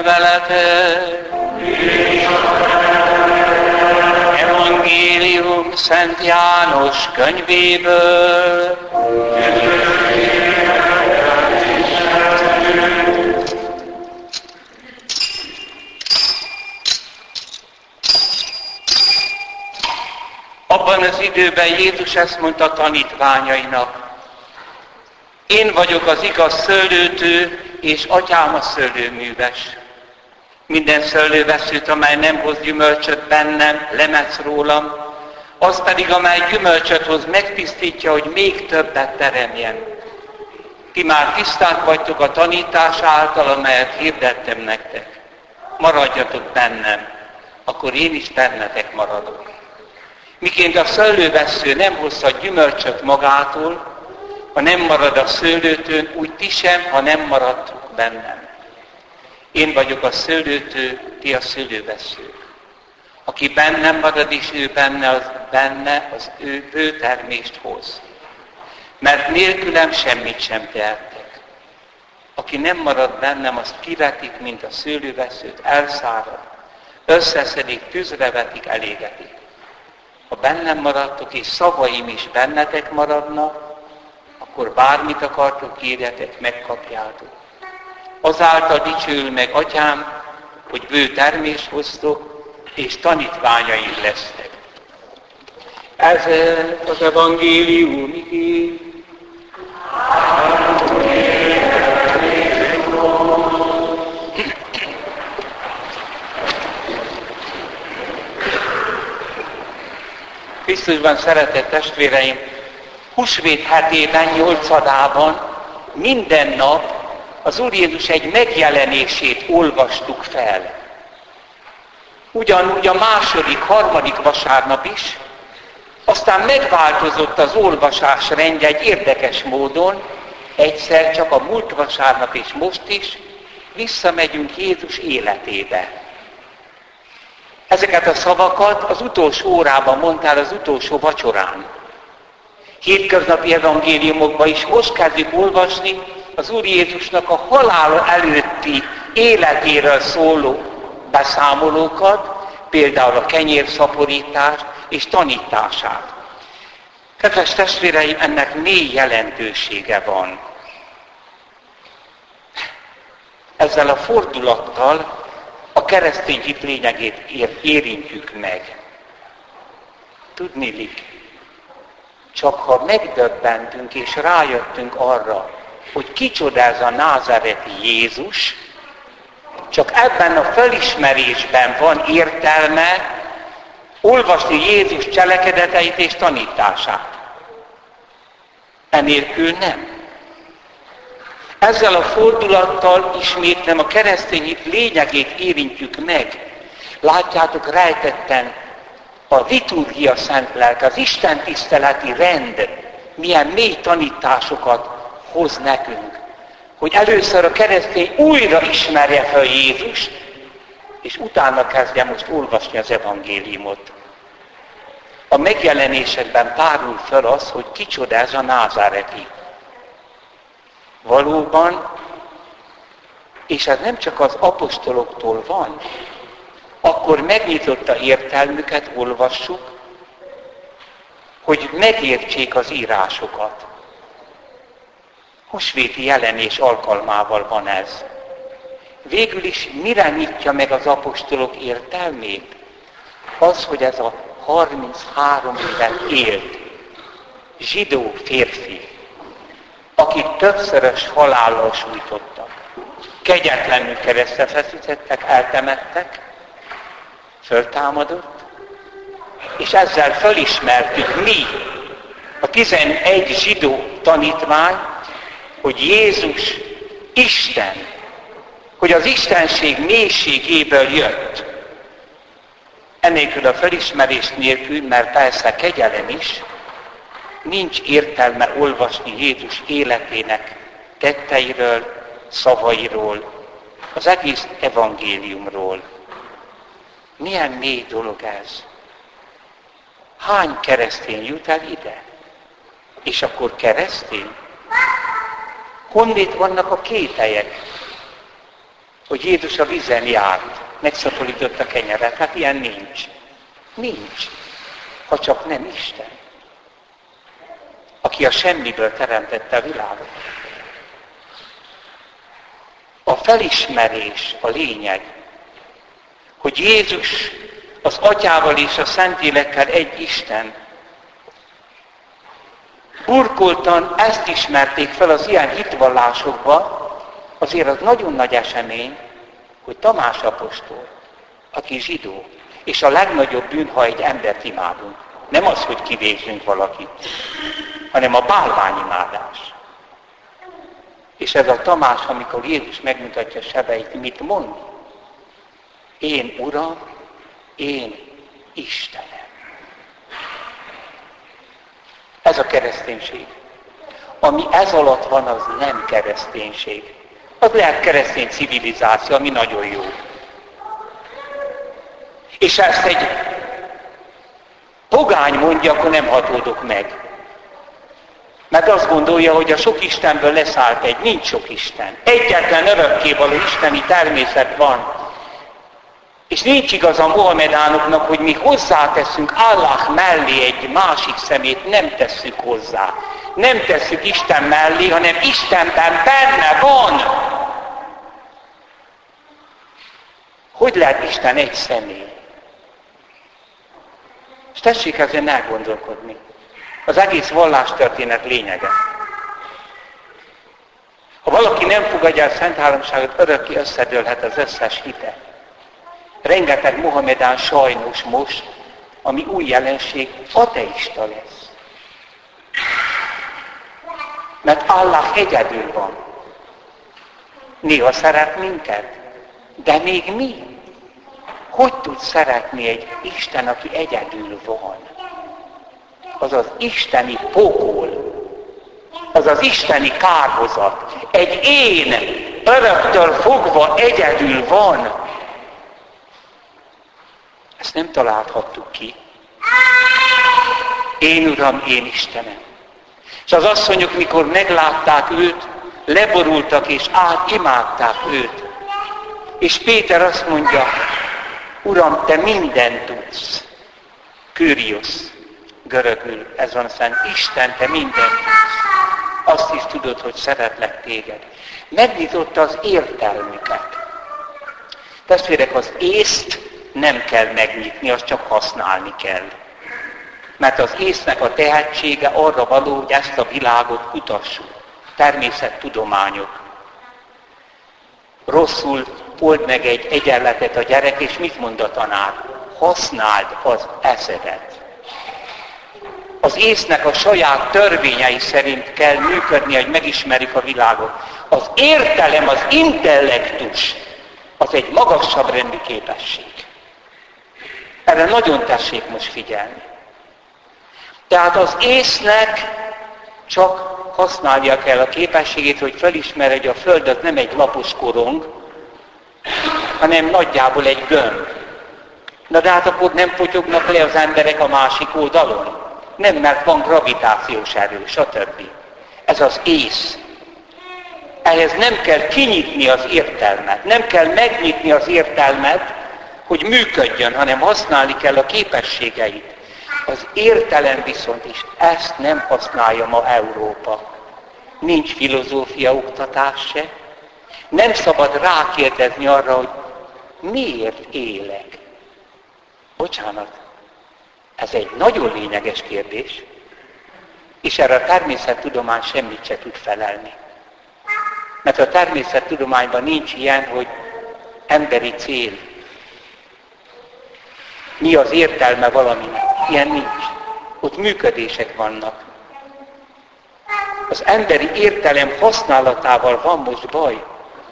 veletek. Evangélium Szent János könyvéből. Abban az időben Jézus ezt mondta a tanítványainak: én vagyok az igaz szőlőtő, és atyám a szőlőműves. Minden szőlőveszőt, amely nem hoz gyümölcsöt bennem, lemetsz rólam, az pedig, amely gyümölcsöt hoz, megtisztítja, hogy még többet teremjen. Ti már tiszták vagytok a tanítás által, amelyet hirdettem nektek. Maradjatok bennem, akkor én is bennetek maradok. Miként a szőlővessző nem hozhat gyümölcsöt magától, ha nem marad a szőlőtőn, úgy ti sem, ha nem maradtok bennem. Én vagyok a szőlőtő, ti a szőlővesszők. Aki bennem marad, és ő benne, az ő bőtermést hoz. Mert nélkülem semmit sem tehettek. Aki nem marad bennem, azt kivetik, mint a szőlővesszőt, elszárad, összeszedik, tűzre vetik, elégetik. Ha bennem maradtok, és szavaim is bennetek maradnak, akkor bármit akartok, kérjetek, megkapjátok. Azáltal dicsőül meg atyám, hogy bő termést hoztok, és tanítványaim lesztek. Ez az evangélium igény. Krisztusban szeretett testvéreim, húsvét hetében, 8-adában minden nap az Úr Jézus egy megjelenését olvastuk fel. Ugyanúgy a második, harmadik vasárnap is, aztán megváltozott az olvasás rendje egy érdekes módon, egyszer csak a múlt vasárnap és most is visszamegyünk Jézus életébe. Ezeket a szavakat az utolsó órában mondtál, az utolsó vacsorán. Hétköznapi evangéliumokban is most kezdjük olvasni az Úr Jézusnak a halál előtti életéről szóló beszámolókat, például a kenyérszaporítást és tanítását. Kedves testvéreim, ennek mély jelentősége van. Ezzel a fordulattal a keresztény hit lényegét érintjük meg. Tudniillik, csak ha megdöbbentünk és rájöttünk arra, hogy kicsoda ez a názáreti Jézus, csak ebben a felismerésben van értelme olvasni Jézus cselekedeteit és tanítását. Enélkül nem. Ezzel a fordulattal ismétlem a keresztény hit lényegét érintjük meg. Látjátok, rejtetten a liturgia szent lelke, az Isten tiszteleti rend milyen mély tanításokat hoz nekünk. Hogy először a keresztény újra ismerje fel Jézust, és utána kezdje most olvasni az evangéliumot. A megjelenésekben tárul fel az, hogy kicsoda ez a názáreti. Valóban, és ez nem csak az apostoloktól van, akkor megnyitotta értelmüket, olvassuk, hogy megértsék az írásokat. Húsvéti jelenés alkalmával van ez. Végül is mire nyitja meg az apostolok értelmét? Az, hogy ez a 33 évet élt zsidó férfi, akit többszörös halállal sújtottak, kegyetlenül keresztre feszítettek, eltemettek, föltámadott, és ezzel fölismertük mi, a 11 zsidó tanítvány, hogy Jézus Isten, hogy az istenség mélységéből jött. Ennélkül a felismerés nélkül, mert persze kegyelem is, nincs értelme olvasni Jézus életének tetteiről, szavairól, az egész evangéliumról. Milyen mély dolog ez? Hány keresztény jut el ide? És akkor keresztény? Honnét vannak a kételyek? hogy Jézus a vízen járt, megszaporította a kenyeret. Hát ilyen nincs. Nincs. Ha csak nem Isten, aki a semmiből teremtette a világot. A felismerés a lényeg, hogy Jézus az Atyával és a Szentlélekkel egy Isten. Burkoltan ezt ismerték fel az ilyen hitvallásokba, azért az nagyon nagy esemény, hogy Tamás apostol, aki zsidó, és a legnagyobb bűn, ha egy embert imádunk. Nem az, hogy kivégzünk valakit, hanem a bálványimádás. És ez a Tamás, amikor Jézus megmutatja sebeit, mit mond? Én Uram, én Istenem. Ez a kereszténység. Ami ez alatt van, az nem kereszténység. Az lehet keresztény civilizáció, ami nagyon jó. És ezt egy pogány mondja, akkor nem hatódok meg. Mert azt gondolja, hogy a sok Istenből leszállt egy, nincs sok Isten. Egyetlen örökkévaló isteni természet van. És nincs igaz a mohamedánoknak, hogy mi hozzáteszünk Allah mellé egy másik szemét, nem tesszük hozzá. Nem tesszük Isten mellé, hanem Istenben benne van. Hogy lehet Isten egy személy? És tessék ezen elgondolkodni. Az egész vallástörténet lényege. Ha valaki nem fogadja el Szent Háromságot, örökké összedőlhet az összes hite. Rengeteg mohamedán sajnos most, ami új jelenség, ateista lesz. Mert Allah egyedül van. Néha szeret minket, de még mi? Hogy tud szeretni egy Isten, aki egyedül van? Az az isteni pokol, az az isteni kárhozat. Egy én öröktől fogva egyedül van. Ezt nem találhattuk ki. Én Uram, én Istenem. És az asszonyok, mikor meglátták őt, leborultak és átimádták őt. És Péter azt mondja, Uram, te mindent tudsz. Kyrios, görögül, ez van aztán, Isten, te mindent tudsz. Azt is tudod, hogy szeretlek téged. Megnyitotta az értelmüket. Testvérek, az észt nem kell megnyitni, azt csak használni kell. Mert az észnek a tehetsége arra való, hogy ezt a világot kutassuk. Természettudományok. Rosszul old meg egy egyenletet a gyerek, és mit mond a tanár? Használd az eszedet. Az észnek a saját törvényei szerint kell működni, hogy megismerjük a világot. Az értelem, az intellektus, az egy magasabb rendű képesség. Erre nagyon tessék most figyelni. Tehát az észnek csak használja kell a képességét, hogy felismerje, hogy a Föld az nem egy lapos korong, hanem nagyjából egy gömb. Na de hát akkor nem potyognak le az emberek a másik oldalon. Nem, mert van gravitációs erő, stb. Ez az ész. Ehhez nem kell kinyitni az értelmet, nem kell megnyitni az értelmet, hogy működjön, hanem használni kell a képességeit. Az értelem viszont is ezt nem használja ma Európa. Nincs filozófia oktatás se. Nem szabad rákérdezni arra, hogy miért élek. Bocsánat, ez egy nagyon lényeges kérdés, és erre a természettudomány semmit se tud felelni. Mert a természettudományban nincs ilyen, hogy emberi cél. Mi az értelme valaminek? Ilyen nincs. Ott működések vannak. Az emberi értelem használatával van most baj.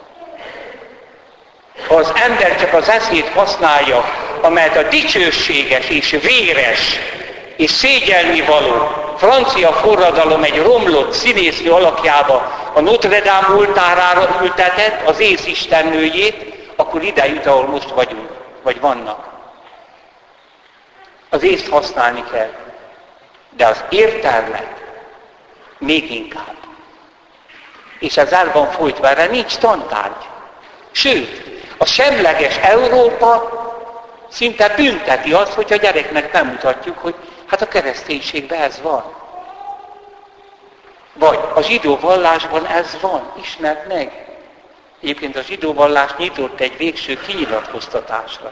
Ha az ember csak az eszét használja, amelyet a dicsőséges és véres és szégyelnivaló francia forradalom egy romlott színésznő alakjába a Notre Dame oltárára ültetett, az ész istennőjét, akkor ide jut, ahol most vagyunk, vagy vannak. Az észt használni kell, de az értelmet még inkább. És ez el van folytva, erre nincs tantárgy. Sőt, A semleges Európa szinte bünteti azt, hogy a gyereknek bemutatjuk, hogy hát a kereszténységben ez van. Vagy a zsidó vallásban ez van, ismerd meg. Egyébként a zsidó vallás nyitott egy végső kinyilatkoztatásra.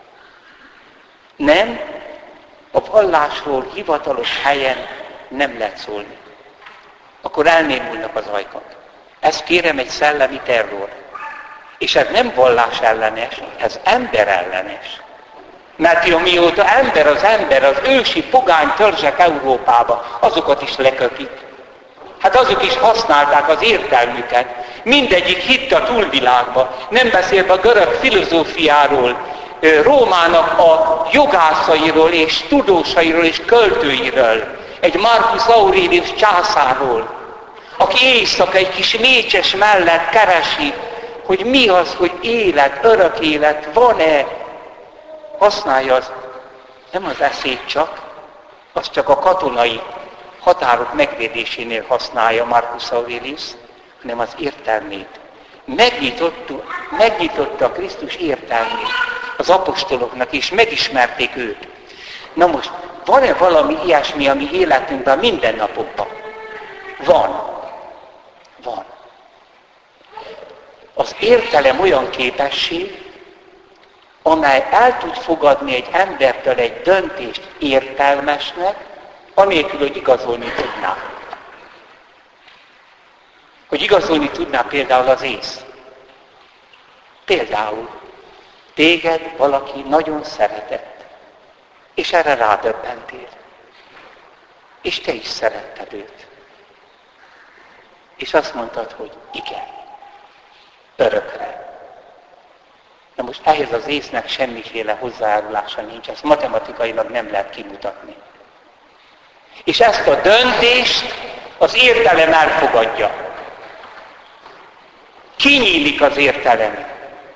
Nem, a vallásról hivatalos helyen nem lehet szólni. Akkor elnémulnak az ajkak. Ez kérem egy szellemi terror. És ez nem vallás ellenes, ez ember ellenes. Mert mióta ember, az ősi pogány törzsek Európába, azokat is lekötik. Hát azok is használták az értelmüket. Mindegyik hitt a túlvilágba. Nem beszélve a görög filozófiáról, Rómának a jogászairól és tudósairól és költőiről. Egy Marcus Aurelius császárról, aki éjszaka egy kis mécses mellett keresi, hogy mi az, hogy élet, örök élet, van-e. Használja az, nem az eszét csak, az csak a katonai határok megvédésénél használja Marcus Aurelius, hanem az értelmét. Megnyitotta Krisztus értelmét az apostoloknak, és megismerték őt. Na most, van-e valami ilyesmi, ami életünkben, mindennapokban? Van. Az értelem olyan képesség, amely el tud fogadni egy embertől egy döntést értelmesnek, anélkül, hogy igazolni tudná. Hogy igazolni tudná például az ész. Például téged valaki nagyon szeretett, és erre rádöbbentél. És te is szeretted őt. És azt mondtad, hogy igen, örökre. Na most ehhez az észnek semmiféle hozzájárulása nincs, ezt matematikailag nem lehet kimutatni. És ezt a döntést az értelem elfogadja. Kinyílik az értelem.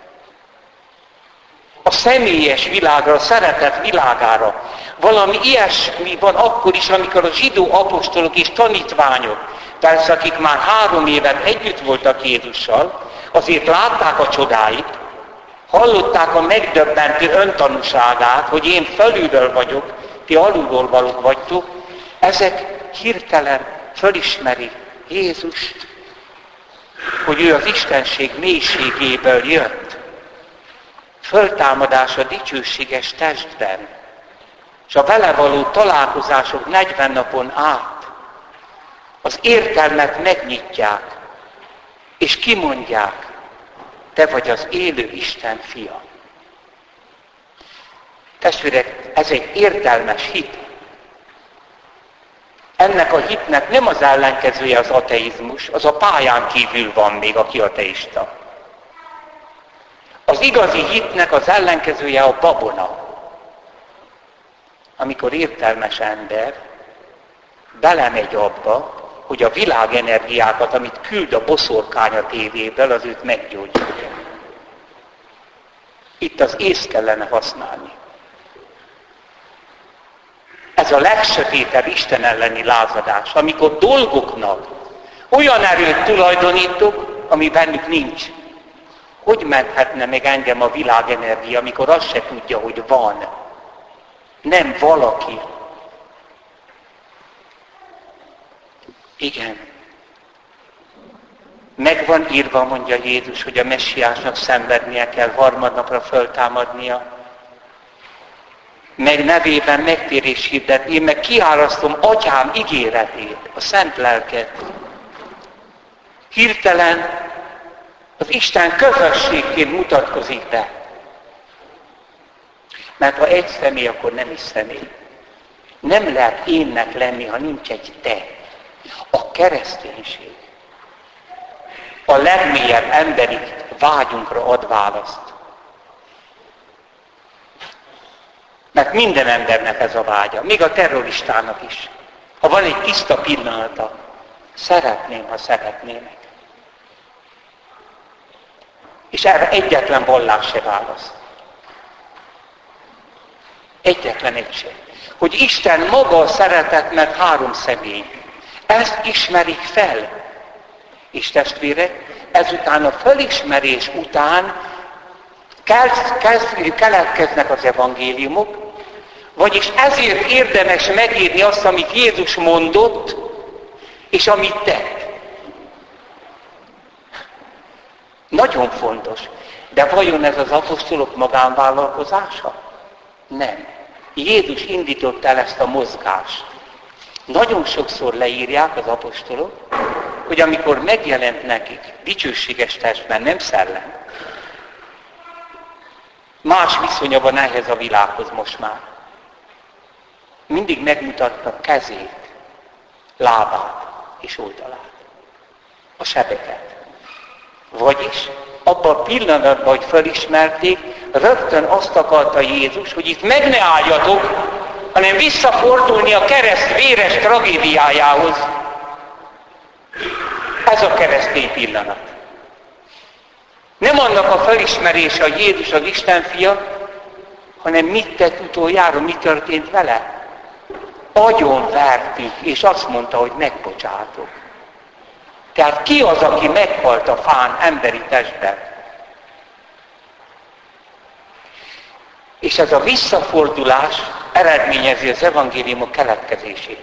A személyes világra, a szeretet világára. Valami ilyesmi van akkor is, amikor a zsidó apostolok és tanítványok, persze akik már 3 évet együtt voltak Jézussal, azért látták a csodáit, hallották a megdöbbentő öntanúságát, hogy én felülről vagyok, ti alulról valók vagytok, ezek hirtelen fölismerik Jézust, hogy ő az Istenség mélységéből jött. Föltámadás a dicsőséges testben, és a vele való találkozások 40 napon át az értelmet megnyitják, és kimondják, te vagy az élő Isten fia. Testvérek, ez egy értelmes hit. Ennek a hitnek nem az ellenkezője az ateizmus, az a pályán kívül van még, aki ateista. Az igazi hitnek az ellenkezője a babona. Amikor értelmes ember belemegy abba, hogy a világenergiákat, amit küld a boszorkány a tévéből, az őt meggyógyítja. Itt az észt kellene használni. Ez a legsötétebb Isten elleni lázadás, amikor dolgoknak olyan erőt tulajdonítok, ami bennük nincs. Hogy menthetne meg engem a világenergia, amikor azt se tudja, hogy van? Nem valaki. Igen. Meg van írva, mondja Jézus, hogy a messiásnak szenvednie kell, harmadnapra föltámadnia. Meg nevében megtérés hirdetni, én meg kiárasztom Atyám ígéretét, a szent lelket. Hirtelen az Isten közösségként mutatkozik be. Mert ha egy személy, akkor nem is személy. Nem lehet énnek lenni, ha nincs egy te. A kereszténység a legmélyebb emberi vágyunkra ad választ. Mert minden embernek ez a vágya, még a terroristának is. Ha van egy tiszta pillanata, szeretném, ha szeretnének. És erre egyetlen vallás se választ. Egyetlen egy se. Hogy Isten maga a szeretet, mert 3 személy. Ezt ismerik fel. És testvérek, ezután a felismerés után keletkeznek az evangéliumok, vagyis ezért érdemes megírni azt, amit Jézus mondott, és amit tett. Nagyon fontos. De vajon ez az apostolok magánvállalkozása? Nem. Jézus indított el ezt a mozgást. Nagyon sokszor leírják az apostolok, hogy amikor megjelent nekik dicsőséges testben, nem szellem, más viszonya van ehhez a világhoz most már. Mindig megmutatta kezét, lábát és oldalát, a sebeket. Vagyis abban a pillanatban, hogy felismerték, rögtön azt akarta Jézus, hogy itt meg ne álljatok, hanem visszafordulni a kereszt véres tragédiájához. Ez a keresztény pillanat. Nem annak a felismerése, hogy Jézus az Isten fia, hanem mit tett utoljára, mi történt vele. Agyon vertük, és azt mondta, hogy megbocsátok. Tehát ki az, aki meghalt a fán emberi testben? És ez a visszafordulás eredményezi az evangéliumok keletkezését.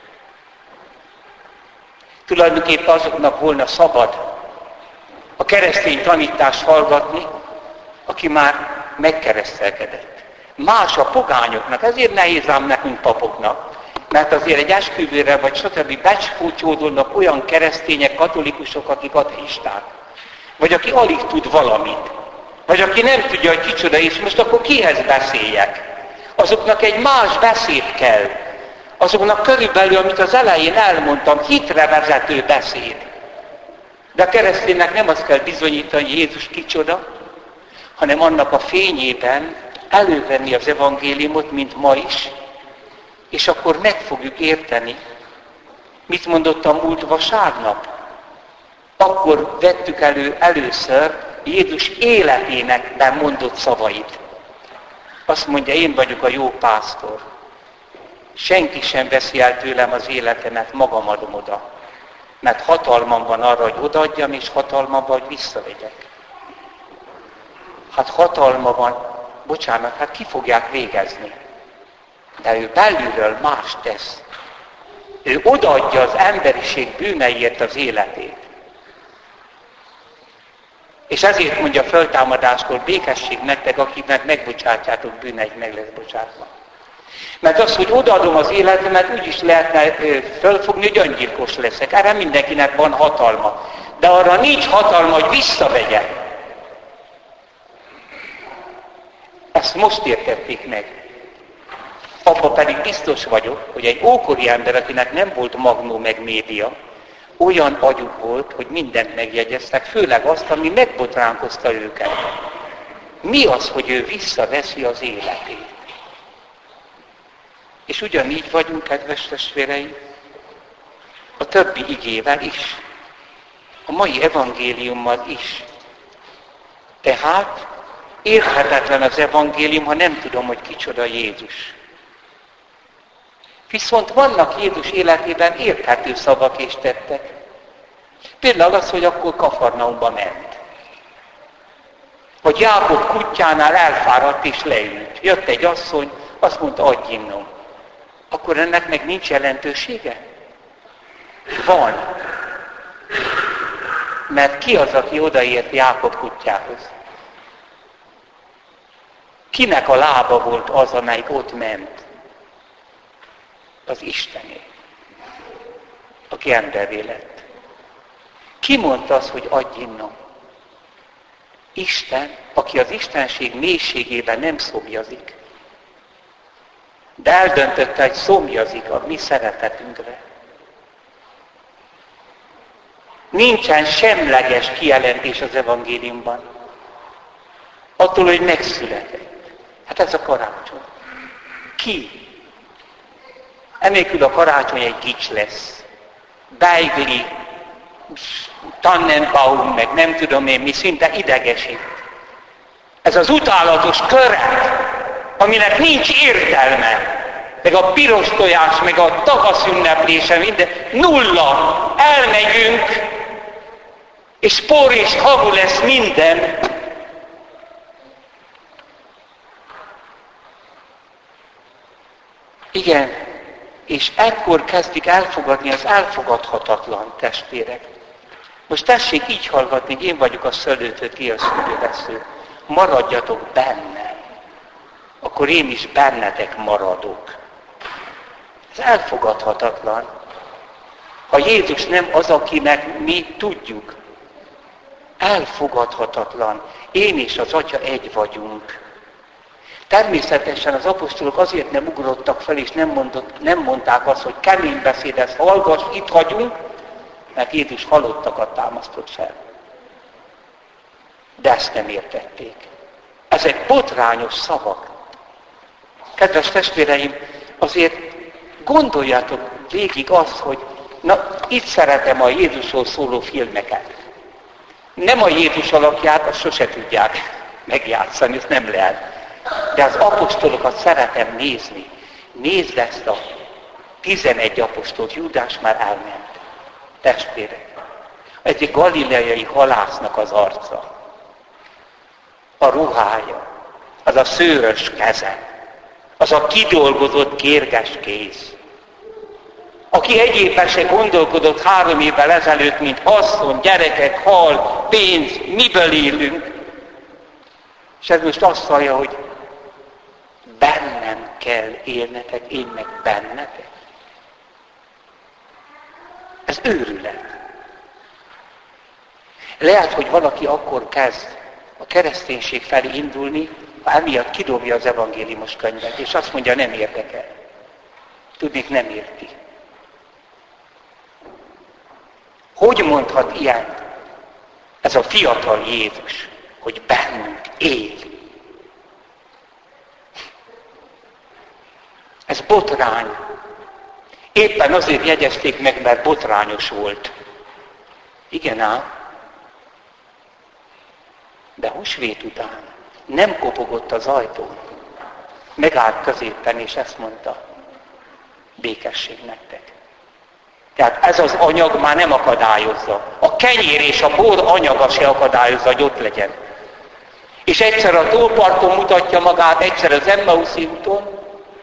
Tulajdonképpen azoknak volna szabad a keresztény tanítást hallgatni, aki már megkeresztelkedett. Más a pogányoknak, ezért nehéz ám nekünk papoknak, mert azért egy esküvőre vagy stb. Becsúcsódolnak olyan keresztények, katolikusok, akik ateisták. Vagy aki alig tud valamit. Vagy aki nem tudja, hogy kicsoda, és most akkor kihez beszéljek? Azoknak egy más beszéd kell. Azoknak körülbelül, amit az elején elmondtam, hitre vezető beszéd. De a kereszténynek nem azt kell bizonyítani, hogy Jézus kicsoda, hanem annak a fényében elővenni az evangéliumot, mint ma is, és akkor meg fogjuk érteni, mit mondott a múlt vasárnap. Akkor vettük elő először Jézus életének mondott szavait. Azt mondja, én vagyok a jó pásztor. Senki sem veszi el tőlem az életemet, magam adom oda. Mert hatalmam van arra, hogy odaadjam, és hatalmam van, hogy visszavegyek. Hát hatalma van, bocsánat, hát ki fogják végezni. De ő belülről más tesz. Ő odaadja az emberiség bűneiért az életét. És ezért mondja a föltámadáskor, békesség nektek, akiknek megbocsátjátok bűneit, meg lesz bocsátva. Mert az, hogy odaadom az életemet, úgy is lehetne fölfogni, hogy öngyilkos leszek. Erre mindenkinek van hatalma. De arra nincs hatalma, hogy visszavegye. Ezt most értették meg. Abba pedig biztos vagyok, hogy egy ókori ember, akinek nem volt magnó meg média, olyan agyuk volt, hogy mindent megjegyeztek, főleg azt, ami megbotránkozta őket. Mi az, hogy ő visszaveszi az életét? És ugyanígy vagyunk, kedves testvéreim, a többi igével is. A mai evangéliummal is. Tehát érthetetlen az evangélium, ha nem tudom, hogy kicsoda Jézus. Viszont vannak Jézus életében érthető szavak és tettek. Például az, hogy akkor Kafarnaumba ment. Hogy Jákob kutyánál elfáradt és leült. Jött egy asszony, azt mondta, adj innom. Akkor ennek meg nincs jelentősége? Van. Mert ki az, aki odaért Jákob kutyához? Kinek a lába volt az, amelyik ott ment? Az Istené, aki emberré lett. Ki mondta azt, hogy adj innom? Isten, aki az istenség mélységében nem szomjazik, de eldöntötte, hogy szomjazik a mi szeretetünkre. Nincsen semleges kijelentés az evangéliumban. Attól, hogy megszületett. Hát ez a karácsony. Ki? Enélkül a karácsony egy gics lesz. Beigli, Tannenbaum, meg nem tudom én mi, szinte idegesít. Ez az utálatos köret, aminek nincs értelme. Meg a piros tojás, meg a tavasz ünneplése, minden nulla. Elmegyünk, és por és havu lesz minden. Igen, és ekkor kezdik elfogadni az elfogadhatatlan, testvérek. Most tessék így hallgatni, én vagyok a szőlőtő, ti a szőlővesző. Maradjatok bennem, akkor én is bennetek maradok. Ez elfogadhatatlan. Ha Jézus nem az, akinek mi tudjuk, elfogadhatatlan. Én és az Atya egy vagyunk. Természetesen az apostolok azért nem ugrottak fel, és nem mondták azt, hogy kemény beszéd, ezt hallgass, itt vagyunk, mert Jézus halottakat támasztott fel. De ezt nem értették. Ezek botrányos szavak. Kedves testvéreim, azért gondoljátok végig azt, hogy itt szeretem a Jézusról szóló filmeket. Nem a Jézus alakját, azt sose tudják megjátszani, ezt nem lehet. De az apostolokat szeretem nézni. Nézd ezt a 11 apostolt, Júdás már elment. Testvérek. Ez egy galileai halásznak az arca. A ruhája, az a szőrös keze, az a kidolgozott kérges kéz. Aki egyébben se gondolkodott 3 évvel ezelőtt, mint haszon, gyerekek, hal, pénz, miből élünk. És ez most azt hallja, hogy bennem kell élnetek, én meg bennetek. Ez őrület. Lehet, hogy valaki akkor kezd a kereszténység felé indulni, ha emiatt kidobja az evangéliumos könyvet, és azt mondja, nem érdekel. Tudnék, nem érti. Hogy mondhat ilyet ez a fiatal Jézus, hogy bennünk él? Ez botrány. Éppen azért jegyezték meg, mert botrányos volt. Igen ám. De húsvét után nem kopogott az ajtón. Megállt középen, és ezt mondta, békesség nektek. Tehát ez az anyag már nem akadályozza. A kenyér és a bor anyaga se akadályozza, hogy ott legyen. És egyszer a tóparton mutatja magát, egyszer az Emmauszi úton.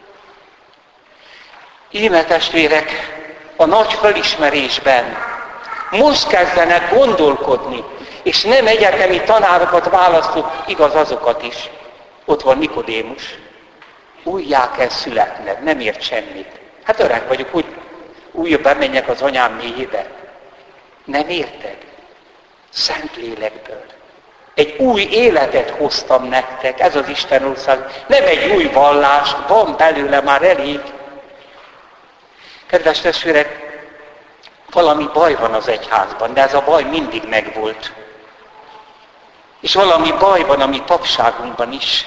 Íme testvérek, a nagy felismerésben most kezdenek gondolkodni, és nem egyetemi tanárokat választott, igaz azokat is. Ott van Nikodémus. Újjá kell születned, nem ért semmit. Hát öreg vagyok, hogy újra bemenjek az anyám mélyébe. Nem érted? Szentlélekből. Egy új életet hoztam nektek, ez az Isten ország. Nem egy új vallás, van belőle már elég. Kedves testvérek, valami baj van az egyházban, de ez a baj mindig megvolt. És valami baj van a mi papságunkban is.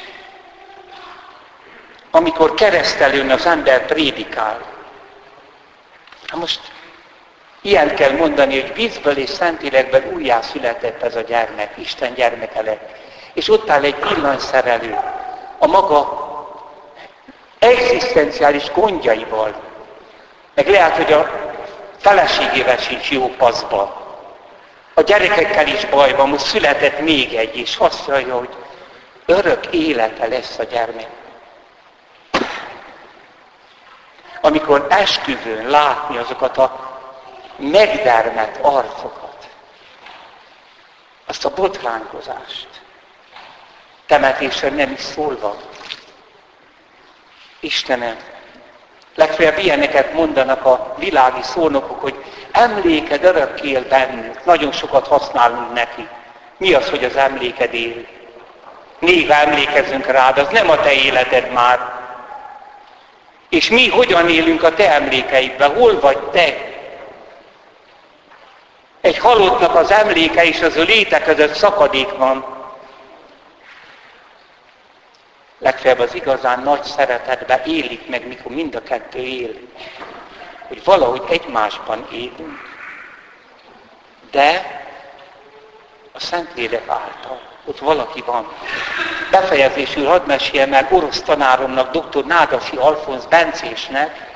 Amikor keresztelőn az ember prédikál. Na most ilyen kell mondani, hogy vízből és szentlélekből újjá született ez a gyermek, Isten gyermeke lett. És ott áll egy villanyszerelő a maga egzisztenciális gondjaival. Meg lehet, hogy a feleségével sincs jó paszba. A gyerekekkel is bajban, most született még egy, és azt mondja, hogy örök élete lesz a gyermek. Amikor esküvőn látni azokat a megdermet arcokat, azt a botránkozást, temetésen nem is szólva. Istenem, legfeljebb ilyeneket mondanak a világi szónokok, hogy emléked örökké él bennünk. Nagyon sokat használunk neki. Mi az, hogy az emléked él? Néha emlékezünk rád, az nem a te életed már. És mi hogyan élünk a te emlékeidben? Hol vagy te? Egy halottnak az emléke és az ő léte között szakadék van. Legfeljebb az igazán nagy szeretetben élik meg, mikor mind a kettő él. Hogy valahogy egymásban élünk. De a Szentlélek által ott valaki van. Befejezésül hadd meséljem el orosz tanáromnak, dr. Nádasi Alfonsz Bencésnek.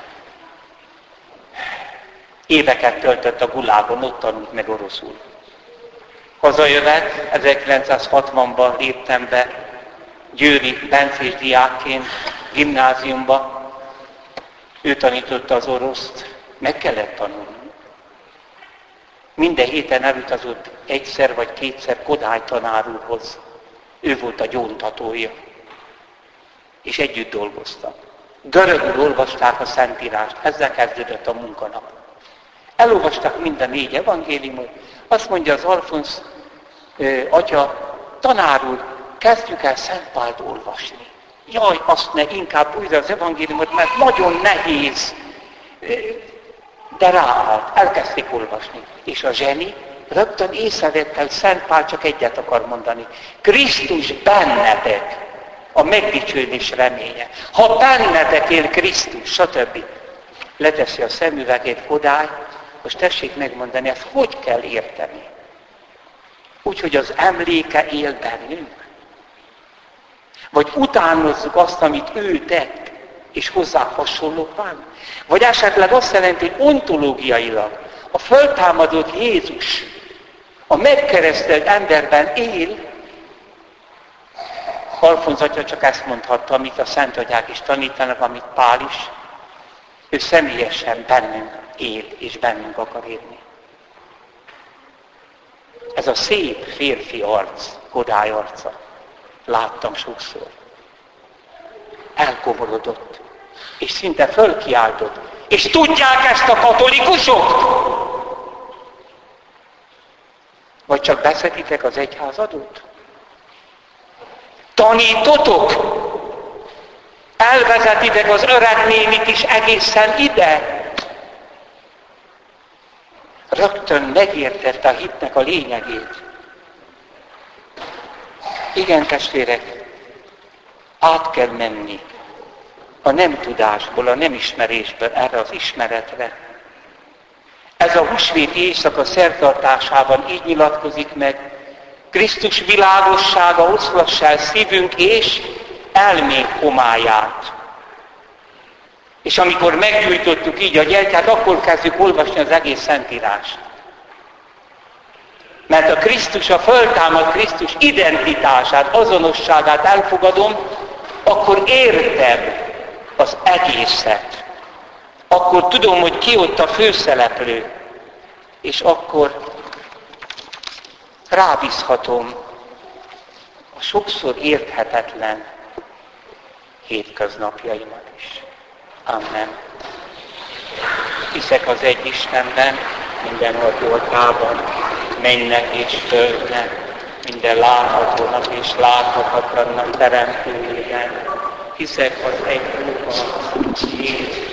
Éveket töltött a Gulágon, ott tanult meg oroszul. Hazajövet, 1960-ban léptem be győri bencés diákként gimnáziumba, Ő tanította az oroszt, meg kellett tanulni. Minden héten elutazott egyszer vagy kétszer Kodály tanár úrhoz. Ő volt a gyóntatója. És együtt dolgoztak. Görögül olvasták a Szentírást, ezzel kezdődött a munkanap. Elolvasták mind a 4 evangéliumot, azt mondja az Alfonsz atya, tanár úr, kezdjük el Szent Pált olvasni. Jaj, azt ne, inkább újra az evangéliumot, mert nagyon nehéz. De ráállt, elkezdték olvasni. És a zseni rögtön észrevette, hogy Szent Pál csak egyet akar mondani. Krisztus bennetek, a megdicsőlés reménye. Ha bennetek él Krisztus, stb. Leteszi a szemüvegét Kodály, most tessék megmondani, ezt hogy kell érteni? Úgyhogy az emléke él bennünk. Vagy utánozzuk azt, amit ő tett, és hozzá hasonlók van. Vagy esetleg azt jelenti, hogy ontológiailag a föltámadott Jézus a megkeresztelt emberben él. Alfonsz atya csak ezt mondhatta, amit a Szent Atyák is tanítanak, amit Pál is. Ő személyesen bennünk él, és bennünk akar élni. Ez a szép férfi arc, Kodály arca. Láttam sokszor. Elkomorodott. És szinte fölkiáltott. És tudják ezt a katolikusok? Vagy csak beszeditek az egyházadót? Tanítotok? Elvezetitek az öreg nénit is egészen ide? Rögtön megértette a hitnek a lényegét. Igen, testvérek, át kell menni a nem tudásból, a nem ismerésből erre az ismeretre. Ez a húsvéti éjszaka szertartásában így nyilatkozik meg, Krisztus világossága oszlassa el szívünk és elménk homályát. És amikor meggyújtottuk így a gyertyát, akkor kezdjük olvasni az egész Szentírást. Mert a Krisztus, a föltámadt Krisztus identitását, azonosságát elfogadom, akkor értem az egészet. Akkor tudom, hogy ki ott a főszereplő. És akkor rábízhatom a sokszor érthetetlen hétköznapjaimat is. Amen. Hiszek az egy Istenben, minden atyában, mennek és földnek, minden láthatónak és láthatatlannak teremtőjében. Hiszek az egy Úrban, Jézus